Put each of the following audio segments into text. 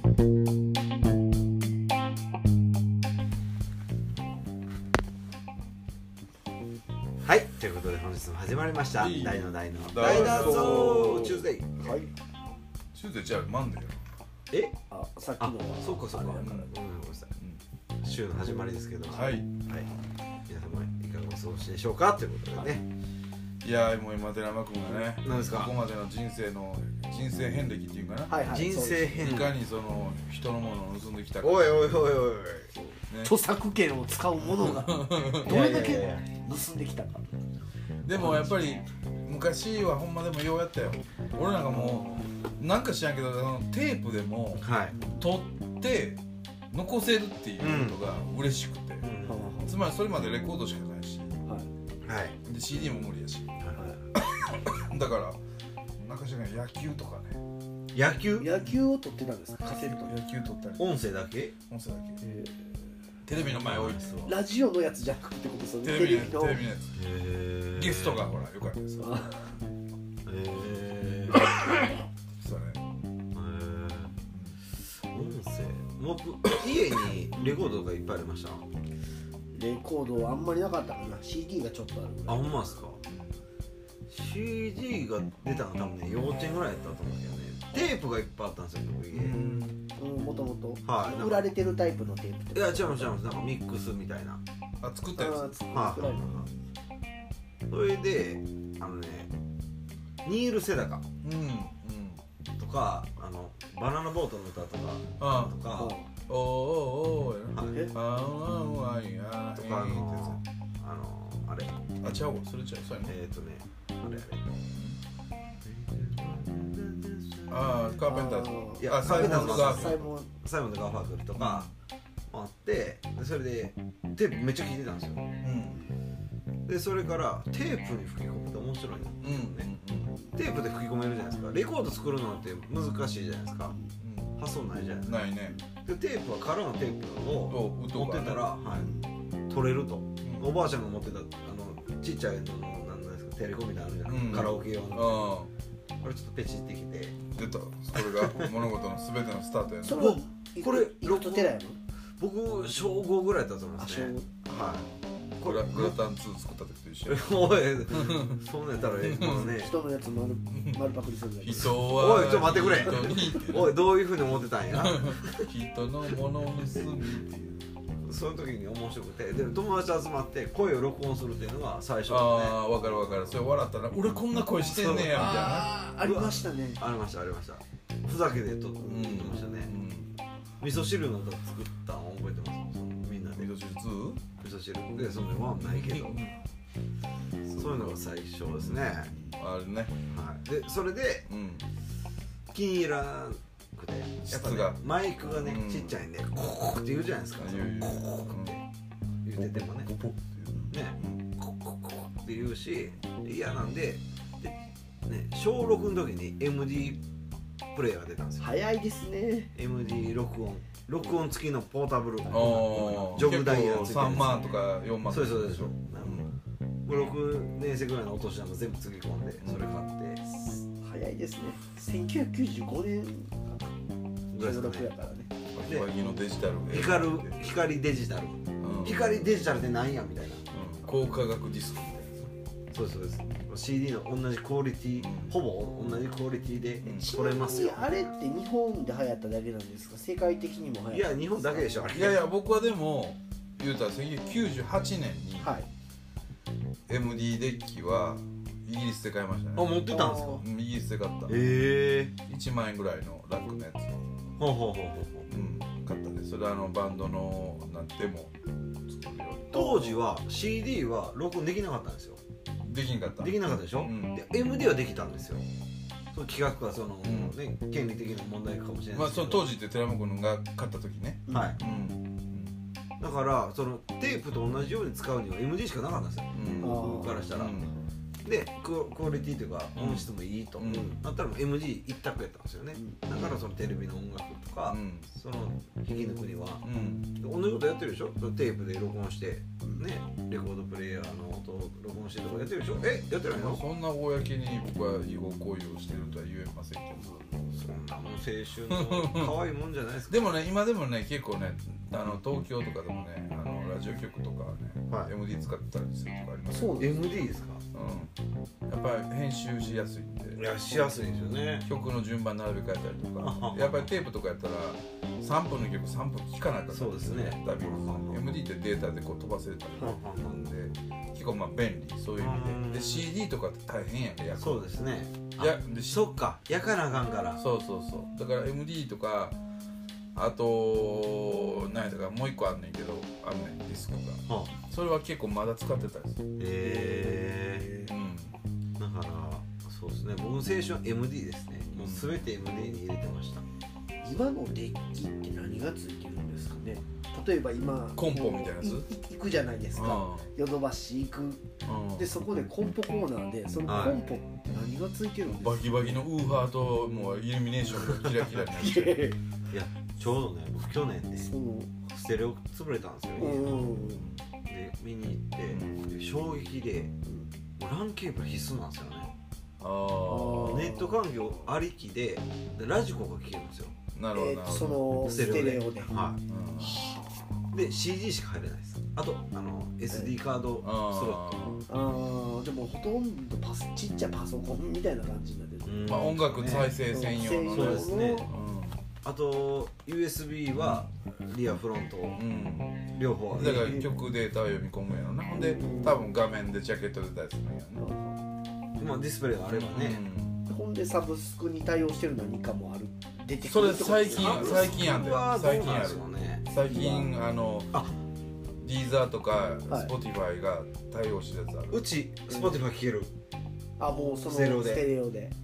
はい、ということで本日も始まりました大の大の大脱走チューズデイ。 はい。チューズデーじゃあマンデーやえ、 さっきのはそうかそうか、 あれやからごめんなさい、週の始まりですけど、 はい。 皆様いかがお過ごしでしょうかということでね。 いやもう今寺山君がね、 何ですかここまでの人生遍歴っていうかな、 はいはい、 人生い編、 かにその人のものを盗んできたか、 おいおいおいおい、 ね、 著作権を使うものがどれだけ盗んできたか。 でもやっぱり昔はほんまでもようやったよ。俺なんかもうなんか知らんけどテープでもはい、 撮って残せるっていうことが嬉しくて、つまりそれまでレコードしかないし、 はい、 で CD も無理やし、だからなんか知らんけど野球とかね、 野球野球を撮ってたんですか、カセット。 野球撮ったり音声だけ、 音声だけ、テレビの前置いてラジオのやつじゃなくてことですよね。 テレビのやつへーゲストがほらよかったですよ。 へーそうね。 音声、僕家にレコードとかいっぱいありました。 レコードはあんまりなかったかな。 CD がちょっとあるぐあ、 らい。 ほんまですか。 CD が出たの多分ね幼稚園ぐらいやったと思うんですよね。テープがいっぱいあったんですよ僕家。 もともとはい、 売られてるタイプのテープっていや違います違います、なんかミックスみたいな。 あ、作ったやつ。 はい、それでニール・セダカとかバナナボートの歌とかあとかおーおーおーえあーいやとかあれあちゃうわ、それちゃう、そうやね。 あれあーカーペンターズ。 いやサイモンズガーフィーサイモンサイモン・ガーファークルとかあって、でそれでテープめっちゃ聴いてたんですよ。でそれからテープに吹き込むと面白いの、テープで吹き込めるじゃないですか。レコード作るのって難しいじゃないですか。発想ないじゃないですか。 ないね。 でテープは空のテープを持ってたら、はい、取れると、おばあちゃんが持ってたちっちゃいのなんですか、テレコみたいなのあるじゃないですか、カラオケ用の。これちょっとペチってきて出た。それが物事の全てのスタートやね。 それはこれイクトテラやろ。 僕小5ぐらいだったと思いますね。はい、 グラタン2作った時と一緒や。 おいそんなんやったらもうね人のやつ丸パクリするんだけど。 人はおいちょっと待ってくれ人においどういうふうに思ってたんや人のものを盗みっていう。 その時に面白くて、で友達集まって声を録音するっていうのが最初のね。 ああ、わかるわかる。それ笑ったら俺こんな声してんねやみたいな。 ありましたね。 ありましたありました。ふざけて撮ってましたね。味噌汁の歌作ったの覚えてます。そのみんなで味噌汁 2？ 味噌汁でそのはないけどそういうのが最初ですね。 あるね。 はい。でそれで気に入らなくて、やっぱねマイクがねちっちゃいんでコーって言うじゃないですか。コーって言っててもねねコーコーコーって言うし嫌なんで、ね小6の時に MD プレイヤーが出たんですよ。 早いですね。 MD 録音付きのポータブルジジョグダイヤー 3万とか4万とか。 そうですそうです。6年生ぐらいのお年玉全部つぎ込んでそれ買って早いですね。1995年ぐらいですか 16やね。 からね。 バキバキのデジタル光デジタル、光デジタルってなんやみたいな。 高化学ディスク。 そうですそうです。 CD の同じクオリティ、ほぼ同じクオリティで撮れますよ。 あれって日本で流行っただけなんですか、世界的にも流行った？ いや日本だけでしょあれ。 いやいや、僕はでも言うたら1998年にはい。 MD デッキはイギリスで買いましたね。 あ持ってたんですか。 イギリスで買った。1万円ぐらいのラックのやつほうほうほうほう。 買ったんで、それバンドのなんても作るように。 当時は CD は録音できなかったんですよ。 できんかった。 できなかったでしょ、で MD はできたんですよ。その企画はその、ね、権利的な問題かもしれないまあですけど、 その当時って寺山君が買った時ね。 はい、だからそのテープと同じように使うには MD しかなかったんですよ、僕からしたら。でクオリティというか音質もいいと、なったらもう MD 一択やったんですよね。だからそのテレビの音楽とか、その弾き抜くには、同じことやってるでしょ。テープで録音してね、レコードプレイヤーの音を録音してとかやってるでしょ。やってないの？ そんな公に僕は違法行為をしてるとは言えませんけど。 そんなもん春の可愛いもんじゃないですか。 でもね今でもね結構ね東京とかでもねラジオ局とかはね、 はい、 MD 使ったりするとかあります。 そうです。 MD ですか。 やっぱり編集しやすいんで。 いやしやすいですよね。 曲の順番並べ替えたりとかやっぱりテープとかやったら3分の曲3分聴かなかったりそうですね。 ダビング MD ってデータでこう飛ばせたりなんで結構まあ便利そういう意味で。で CD とかって大変やんか焼く。 そうですね。 でそっか焼かなあかんから。 そうだから MD とかあと何やったかもう一個あんねんけどあんねんディスクが、それは結構まだ使ってたりする。 だからそうですね。僕の青春は MD ですね。もう全て MD に入れてました。 今のデッキって何がついてるんですかね。例えば今コンポみたいなやつ行くじゃないですか。ヨドバシ行く、でそこでコンポコーナーでそのコンポって何がついてるんですか。 バキバキのウーファーともうイルミネーションがキラキラになってる。 いやちょうどね僕去年ねステレオ潰れたんですよね。で見に行って衝撃でLAN ケーブル必須なんですよね。ネット環境ありきでラジコが聴けるんですよ。 なるほどそのステレオで。 で CD しか入れないです。あとSD カードスロット。 でもほとんどちっちゃいパソコンみたいな感じになってる。 まあ音楽再生専用の。 そうですね。あと USB はリアフロント両方だから曲データを読み込むやろな。ほんで多分画面でジャケット出たりするんやね。 まあディスプレイがあればね。 ほんでサブスクに対応してる何かもある出てくる。 それ最近やんで。最近やる。最近ディーザーとか Spotify が対応してるやつある。 うち Spotify 聴ける。 もうそのステレオで。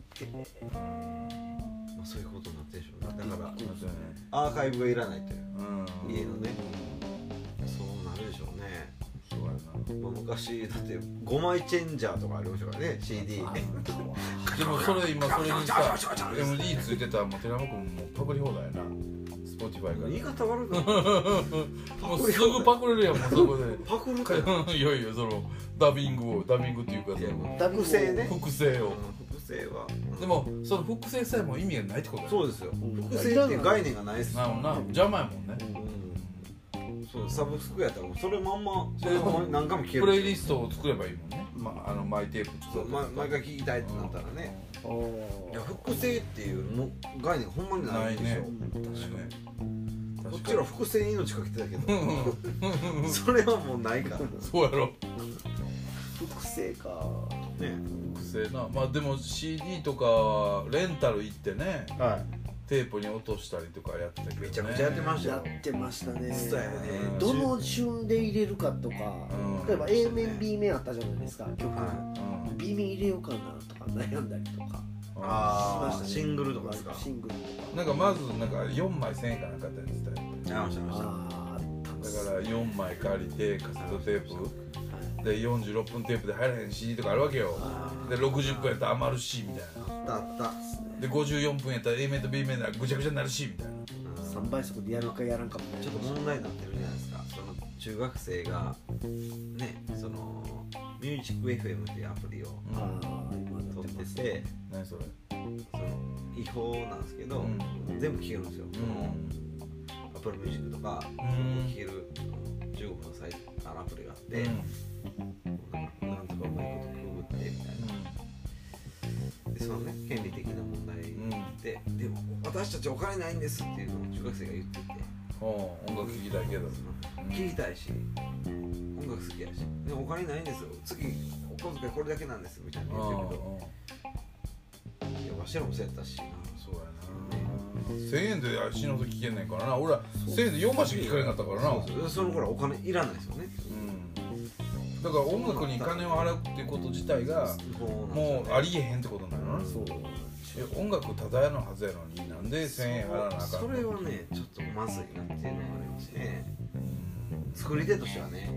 そういうことになってるでしょうね。だからアーカイブがいらないという家のね。そうなるでしょうね。 そうやな。 昔だって5枚チェンジャーとかありましたからね CD。でもそれ今それにさ MD ついてたらもう寺山君もパクリ放題やな。Spotify から言い方悪くない。 もうすぐパクれるやんもうそこで。 パクるかよ。 いやいやそのダビングっていうか複製ね。 複製を。 はでもその複製さえも意味がないってことだよ。 そうですよ。複製っていう概念がないですな邪魔やもんね。 そうサブスクやったらそれまんま何回も聞ける。 プレイリストを作ればいいもんね。マイテープ作る。 毎回聞きたいってなったらね。いや複製っていう概念がほんまにないでしょ。 確かに。 こっちら複製に命かけてたけどそれはもうないから。 そうやろ。 複製かね。 複製な。まあでも CD とかレンタル行ってね、テープに落としたりとかやってたけどね。 めちゃくちゃやってましたよ。 やってましたね。 どの順で入れるかとか、例えば A 面 B 面あったじゃないですか曲。B 面入れようかなとか悩んだりとか。 シングルとかですか。 シングルとか。 なんかまずなんか4枚1000円かなんかって言ってたよ。 ありました。 だから4枚借りてカセットテープで46分テープで入らへん CD とかあるわけよ。で60分やったら余るしみたいな。 あったで54分やったら A 面と B 面でぐちゃぐちゃになるしみたいな。 3倍速でやるかやらんかもね。 ちょっと問題になってるじゃないですか。その中学生がねそのミュージック FM っていうアプリを取ってて、 何それ。 その違法なんですけど全部聴けるんですよ。アップルミュージックとか聴ける15分のアプリがあって、なんとかうまいことくぐってみたいな。でそのね権利的な問題で、でも私たちお金ないんですっていうのを中学生が言っていて、 音楽聴きたいけど聴きたいし音楽好きやし、でもお金ないんですよ、月お小遣いこれだけなんですみたいな言ってるけど、いやわしらもそうやったしな。 そうやな。1000円で死ぬほど聴けんねんからな。俺ら1000円で4枚しか聴かれなかったからな。 その頃はお金いらないですよね。 だから音楽に金を払うっていうこと自体がもうありえへんってことなのな。音楽ただやのはずやのになんで1000円払わなあかんの。 それはねちょっとまずいなっていうのがありますね。作り手としてはね。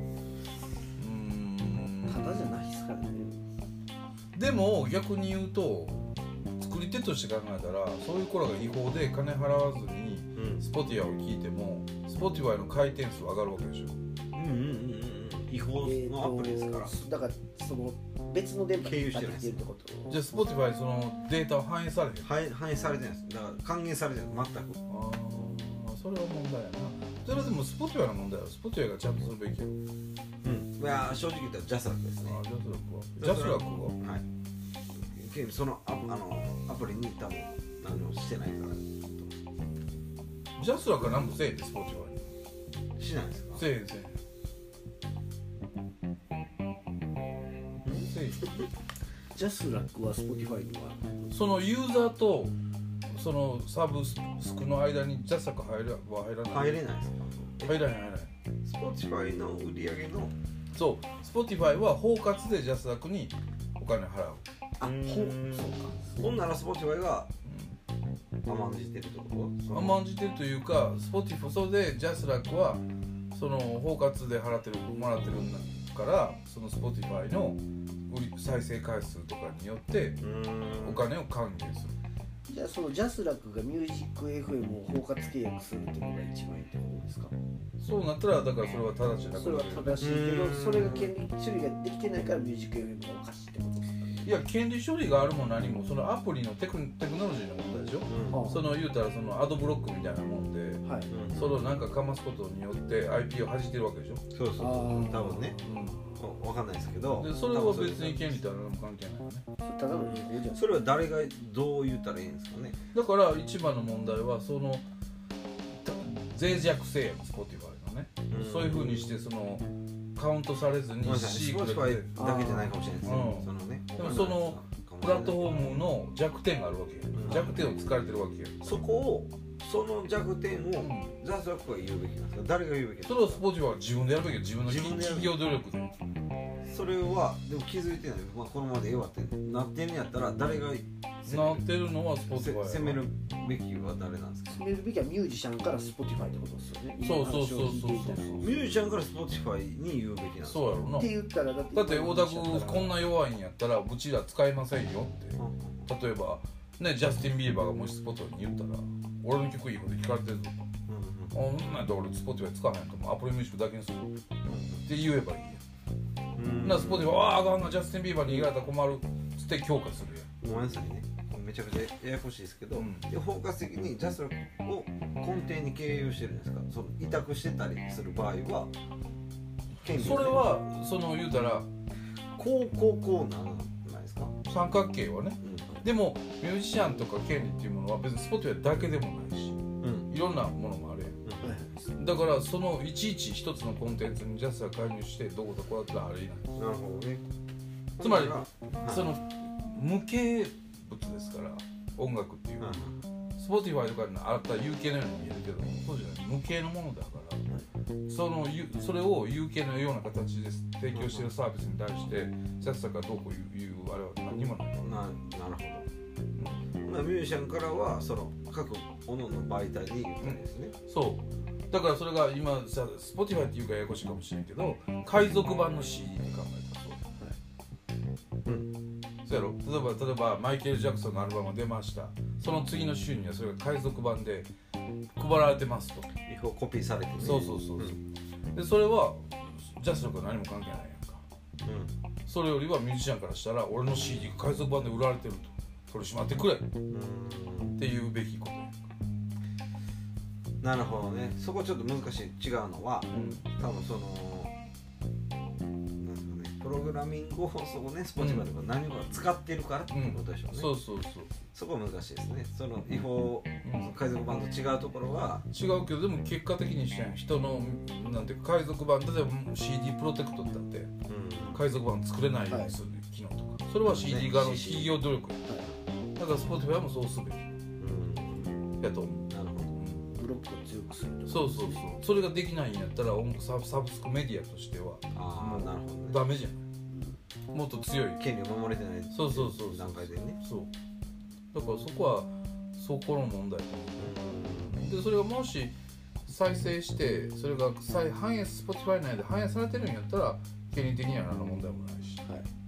ただじゃないですからね。 でも逆に言うと作り手として考えたらそういう頃が違法で金払わずに Spotify を聴いても Spotify の回転数上がるわけでしょ。 違法のアプリですから。 だからその別の電波にかけてるってこと。 じゃあ Spotify にそのデータは反映されへん。 反映されてないです。だから還元されてない全く。 ああ、それは問題やな。それはでも Spotify の問題は Spotify がちゃんとするべきよ。 いや正直言ったらジャスラックですね。 ジャスラックははい。そのアプリに多分してないから。 ジャスラックは何もせえへんで Spotify にしないですか。 せえへんせえへん。 ジャスラックは Spotify にはそのユーザーとそのサブスクの間にジャスラック入らない。 入れないですか。 入らない。 Spotify の売り上げのそう Spotify は包括でジャスラックにお金払う。 そうか。 ほんなら Spotify が甘んじてるってこと？ 甘んじてるというか Spotify それでジャスラックはその包括でもらってるんだからその Spotify の再生回数とかによってお金を還元する。 じゃあそのジャスラックがミュージック FM を包括契約するっていうのが一番いいってことですか。 そうなったらだからそれは正しいな。 それは正しいけどそれが権利処理ができてないからミュージック FM がおかしいってことですか。 いや権利処理があるも何もそのアプリのテクノロジーの問題でしょ、その言うたらそのアドブロックみたいなもんで、それをなんかかますことによって IP を弾いてるわけでしょ。 そう多分ね、分かんないですけどでそれは別に権利とは何も関係ないよね。 ただの英語じゃん。 それは誰がどう言ったらいいんですかね。 だから一番の問題はその脆弱性や Spotify のね、そういう風にしてそのカウントされずにシークレットでだけじゃないかもしれないですね。そのね。 でもそのプラットフォームの弱点があるわけよ。弱点を突かれてるわけよ。 その弱点をジャスラックが言うべきなんですか。誰が言うべきですか。 それをSpotifyは自分でやるべきよ。自分の企業努力で。 それはでも気づいてない。このままでええわってなってんねやったら誰がなってるのは Spotify。 責めるべきは誰なんですか。 責めるべきはミュージシャンから Spotify ってことですよね。 そうミュージシャンから Spotify に言うべきなんですか。 そうやろな。 って言ったらだってオタクこんな弱いんやったらうちら使えませんよって。例えばねジャスティン・ビーバーがもし Spotify に言ったら俺の曲いいこと聞かれてるぞと。なんやったら俺 Spotify 使わへんとApple Music だけにするって言えばいいや。なスポティファイあかんなジャスティン・ビーバーに言われたら困るっつって強化するやん。 ごめんなさいね。めちゃくちゃややこしいですけど、包括的にジャスラックを根底に経由してるんですか。その委託してたりする場合は権利、それはその言うたらこうなんないですか。 三角形はね、でもミュージシャンとか権利っていうものは別にスポティファイだけでもないし、いろんなものもあるやん。だからそのいちいち一つのコンテンツにジャスが介入してどこだこうだったらあれになる。 なるほどね。 つまりその無形物ですから音楽っていうのは、Spotify とかにあった有形のように見えるけどそうじゃない無形のものだから、それを有形のような形で提供しているサービスに対してジャスがどうこういうあれは何もない。 なるほど。ミュージシャンからはその各各々の媒体で言ったんですね。 そうだからそれが今さ Spotify っていうかややこしいかもしれんけど海賊版の CD って考えたらそう、そうやろ。例えばマイケル・ジャクソンのアルバムが出ました。その次の週にはそれが海賊版で配られてますと。 違法コピーされてね。 そう、でそれはジャスラックは何も関係ないやんか、それよりはミュージシャンからしたら俺の CD が海賊版で売られてると取り締まってくれっていうべきことやんか。 なるほどね。そこちょっと難しい。違うのは、多分そのなんですかね、プログラミングをそこね Spotify とか何か使ってるからってことでしょうね。 そうそこは難しいですね。その違法海賊版と違うところは違うけど、でも結果的にして人のなんていうか海賊版例えば CD プロテクトだって、海賊版作れないようにする機能とか、それは CD 側の企業努力や、だから Spotify もそうすべきやと思う。 なるほど。 ブロックを強くすると。 そうそれができないんやったらサブスクメディアとしてはなるほど、ね、 ダメじゃない。もっと強い権利を守れてないそう段階でね。 そうだからそこはそこの問題と思う。でそれがもし再生してそれが反映 Spotify 内で反映されてるんやったら権利的には何の問題もないし、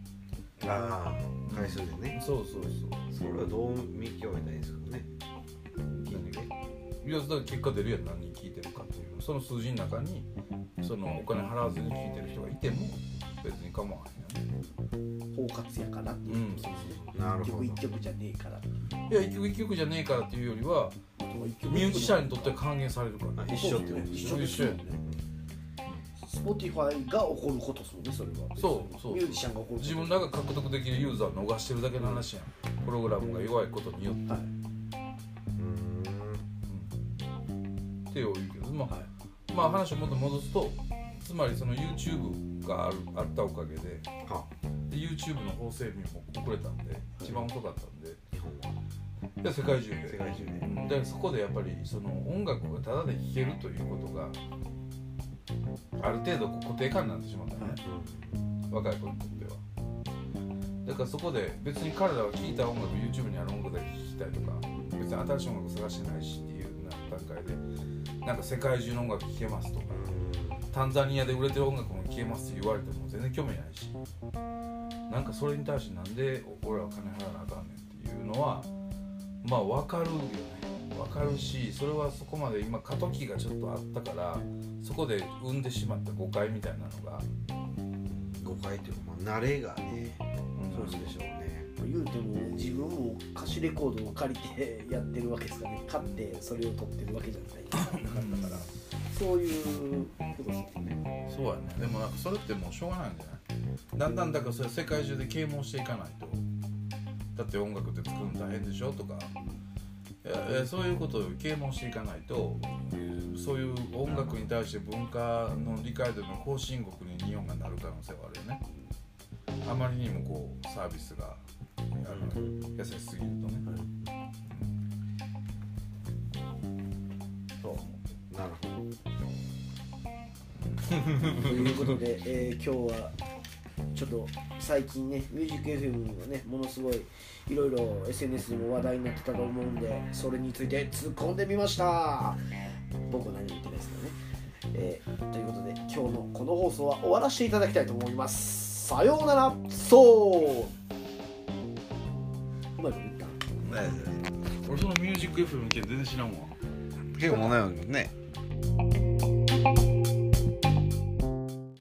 回数でね。 そうそれはどう見極めたらいいんですかね。 いやだから結果出るやん、何人聞いてるかっていうその数字の中にそのお金払わずに聞いてる人がいても別に構わへんよね。 包括やからっていうことですね。 なるほど。 一曲じゃねえから。 いや一曲じゃねえからっていうよりはミュージシャンにとって還元されるから、 一緒ってこと。 一緒ですよね。Spotify が起こることですもんね、それは。 そうミュージシャンが起こる。 自分らが獲得できるユーザーを逃してるだけの話やん。プログラムが弱いことによって。って言うけど、まあ話をもっと戻すと、つまりその YouTube があったおかげで、YouTube の法整備も遅れたんで、一番遅かったんで、 日本は。 で世界中で。でそこでやっぱりその音楽がタダで聴けるということがある程度固定化になってしまったね、若い子にとっては。だからそこで別に彼らは聴いた音楽 YouTube にある音楽だけ聴きたいとか、別に新しい音楽探してないしっていう段階で、なんか世界中の音楽聴けますとか、タンザニアで売れてる音楽も聴けますって言われても全然興味ないし、なんかそれに対してなんで俺らは金払わなあかんねんっていうのはまあ分かるよね。分かるし、それはそこまで今過渡期がちょっとあったから、そこで生んでしまった誤解みたいなのが、 誤解っていうか、慣れがね、そうでしょうね。 言うても自分も歌詞レコードを借りてやってるわけですからね。買ってそれを撮ってるわけじゃないだから、そういうことですよね。 そうやね。でもなんかそれってもうしょうがないんじゃない？だんだんだからそれ世界中で啓蒙していかないと、だって音楽って作るの大変でしょとか、そういうことを啓蒙していかないと、そういう音楽に対して文化の理解度の後進国に日本がなる可能性はあるよね。あまりにもこうサービスが優しすぎるとね。そう思う。 なるほど。ということで、今日はちょっと最近ね、ミュージック FM がね、ものすごいいろいろ SNS でも話題になってたと思うんで、それについて突っ込んでみました。僕は何も言ってないですけどね。ということで、今日のこの放送は終わらせていただきたいと思います。さようなら。そううまいこと言った。 俺そのミュージック FM って全然知らんわ。 結構もうね